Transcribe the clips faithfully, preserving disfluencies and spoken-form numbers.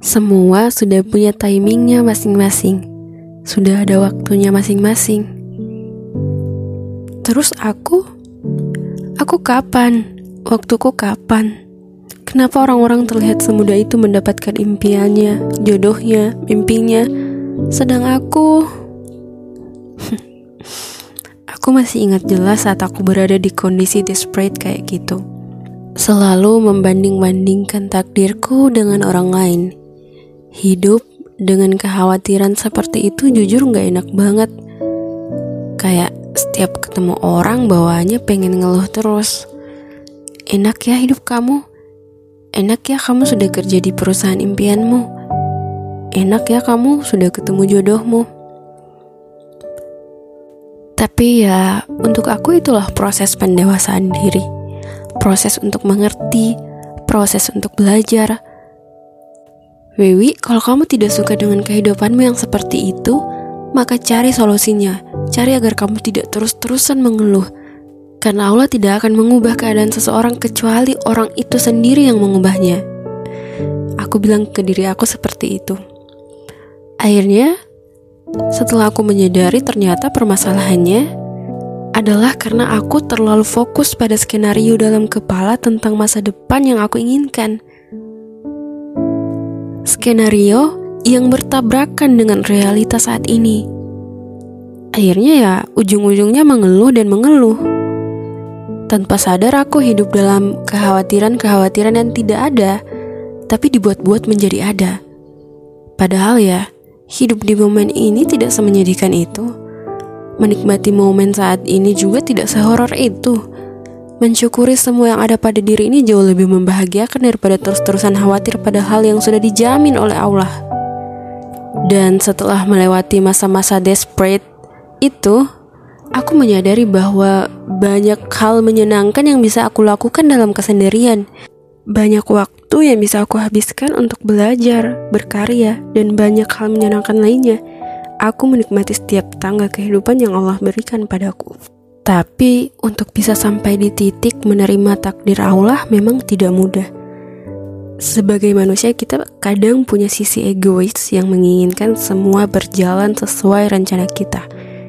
Semua sudah punya timingnya masing-masing, sudah ada waktunya masing-masing. Terus aku? Aku kapan? Waktuku kapan? Kenapa orang-orang terlihat semudah itu mendapatkan impiannya, jodohnya, mimpinya, sedang aku... Aku masih ingat jelas saat aku berada di kondisi desperate kayak gitu. Selalu membanding-bandingkan takdirku dengan orang lain. Hidup dengan kekhawatiran seperti itu jujur gak enak banget. Kayak setiap ketemu orang bawaannya pengen ngeluh terus. Enak ya hidup kamu? Enak ya kamu sudah kerja di perusahaan impianmu? Enak ya kamu sudah ketemu jodohmu? Tapi ya, untuk aku itulah proses pendewasaan diri. Proses untuk mengerti, proses untuk belajar. Wewi, kalau kamu tidak suka dengan kehidupanmu yang seperti itu, maka cari solusinya. Cari agar kamu tidak terus-terusan mengeluh. Karena Allah tidak akan mengubah keadaan seseorang kecuali orang itu sendiri yang mengubahnya. Aku bilang ke diri aku seperti itu. Akhirnya, setelah aku menyadari ternyata permasalahannya adalah karena aku terlalu fokus pada skenario dalam kepala tentang masa depan yang aku inginkan. Skenario yang bertabrakan dengan realitas saat ini. Akhirnya ya ujung-ujungnya mengeluh dan mengeluh. Tanpa sadar aku hidup dalam kekhawatiran-kekhawatiran yang tidak ada, tapi dibuat-buat menjadi ada. Padahal ya, hidup di momen ini tidak semenyedihkan itu. Menikmati momen saat ini juga tidak sehoror itu. Mensyukuri semua yang ada pada diri ini jauh lebih membahagiakan daripada terus-terusan khawatir pada hal yang sudah dijamin oleh Allah. Dan setelah melewati masa-masa desperate itu, aku menyadari bahwa banyak hal menyenangkan yang bisa aku lakukan dalam kesendirian. Banyak waktu yang bisa aku habiskan untuk belajar, berkarya, dan banyak hal menyenangkan lainnya. Aku menikmati setiap tangga kehidupan yang Allah berikan padaku. Tapi untuk bisa sampai di titik menerima takdir Allah memang tidak mudah. Sebagai manusia kita kadang punya sisi egois yang menginginkan semua berjalan sesuai rencana kita.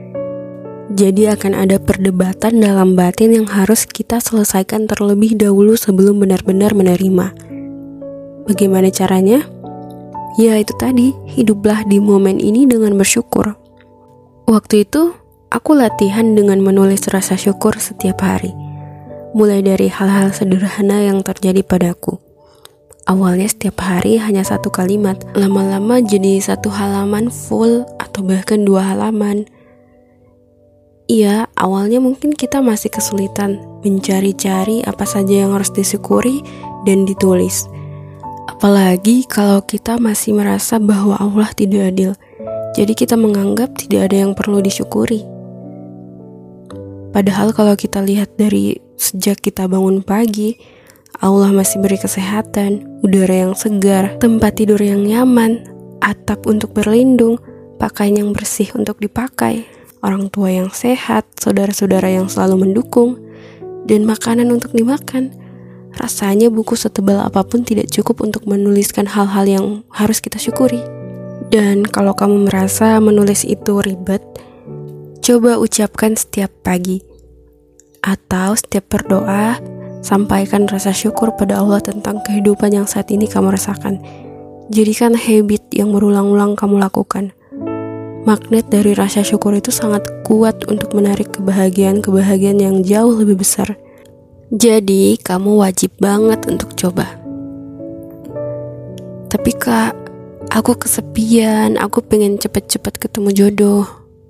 Jadi akan ada perdebatan dalam batin yang harus kita selesaikan terlebih dahulu sebelum benar-benar menerima. Bagaimana caranya? Ya itu tadi, hiduplah di momen ini dengan bersyukur. Waktu itu, aku latihan dengan menulis rasa syukur setiap hari. Mulai dari hal-hal sederhana yang terjadi padaku. Awalnya setiap hari hanya satu kalimat, lama-lama jadi satu halaman full atau bahkan dua halaman. Iya, awalnya mungkin kita masih kesulitan mencari-cari apa saja yang harus disyukuri dan ditulis. Apalagi kalau kita masih merasa bahwa Allah tidak adil. Jadi kita menganggap tidak ada yang perlu disyukuri. Padahal kalau kita lihat dari sejak kita bangun pagi, Allah masih beri kesehatan, udara yang segar, tempat tidur yang nyaman, atap untuk berlindung, pakaian yang bersih untuk dipakai, orang tua yang sehat, saudara-saudara yang selalu mendukung, dan makanan untuk dimakan. Rasanya buku setebal apapun tidak cukup untuk menuliskan hal-hal yang harus kita syukuri. Dan kalau kamu merasa menulis itu ribet, coba ucapkan setiap pagi. Atau setiap berdoa, sampaikan rasa syukur pada Allah tentang kehidupan yang saat ini kamu rasakan. Jadikan habit yang berulang-ulang kamu lakukan. Magnet dari rasa syukur itu sangat kuat untuk menarik kebahagiaan-kebahagiaan yang jauh lebih besar. Jadi, kamu wajib banget untuk coba. Tapi kak, aku kesepian, aku pengen cepet-cepet ketemu jodoh.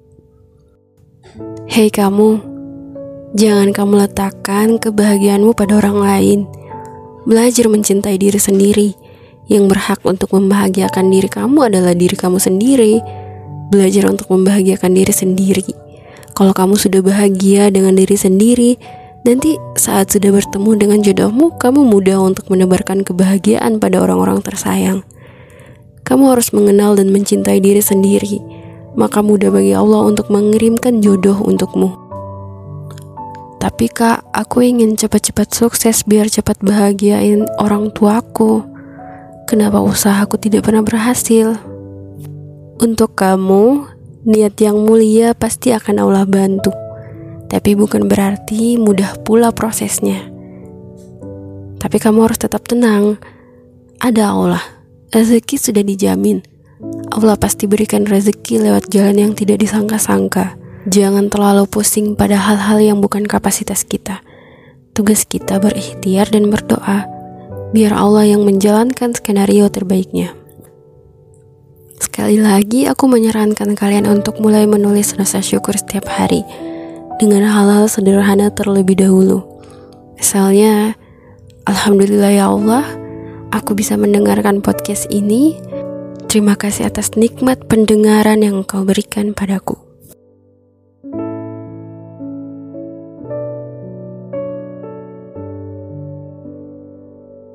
Hei kamu, jangan kamu letakkan kebahagiaanmu pada orang lain. Belajar mencintai diri sendiri. Yang berhak untuk membahagiakan diri kamu adalah diri kamu sendiri. Belajar untuk membahagiakan diri sendiri. Kalau kamu sudah bahagia dengan diri sendiri, nanti saat sudah bertemu dengan jodohmu, kamu mudah untuk menebarkan kebahagiaan pada orang-orang tersayang. Kamu harus mengenal dan mencintai diri sendiri, maka mudah bagi Allah untuk mengirimkan jodoh untukmu. Tapi kak, aku ingin cepat-cepat sukses biar cepat bahagiain orang tuaku. kenapa usahaku tidak pernah berhasil. Untuk kamu, niat yang mulia pasti akan Allah bantu. Tapi bukan berarti mudah pula prosesnya. Tapi kamu harus tetap tenang. Ada Allah, rezeki sudah dijamin. Allah pasti berikan rezeki lewat jalan yang tidak disangka-sangka. Jangan terlalu pusing pada hal-hal yang bukan kapasitas kita. Tugas kita berikhtiar dan berdoa, biar Allah yang menjalankan skenario terbaiknya. Sekali lagi aku menyarankan kalian untuk mulai menulis rasa syukur setiap hari dengan hal-hal sederhana terlebih dahulu. Misalnya, Alhamdulillah ya Allah, aku bisa mendengarkan podcast ini. Terima kasih atas nikmat pendengaran yang Engkau berikan padaku.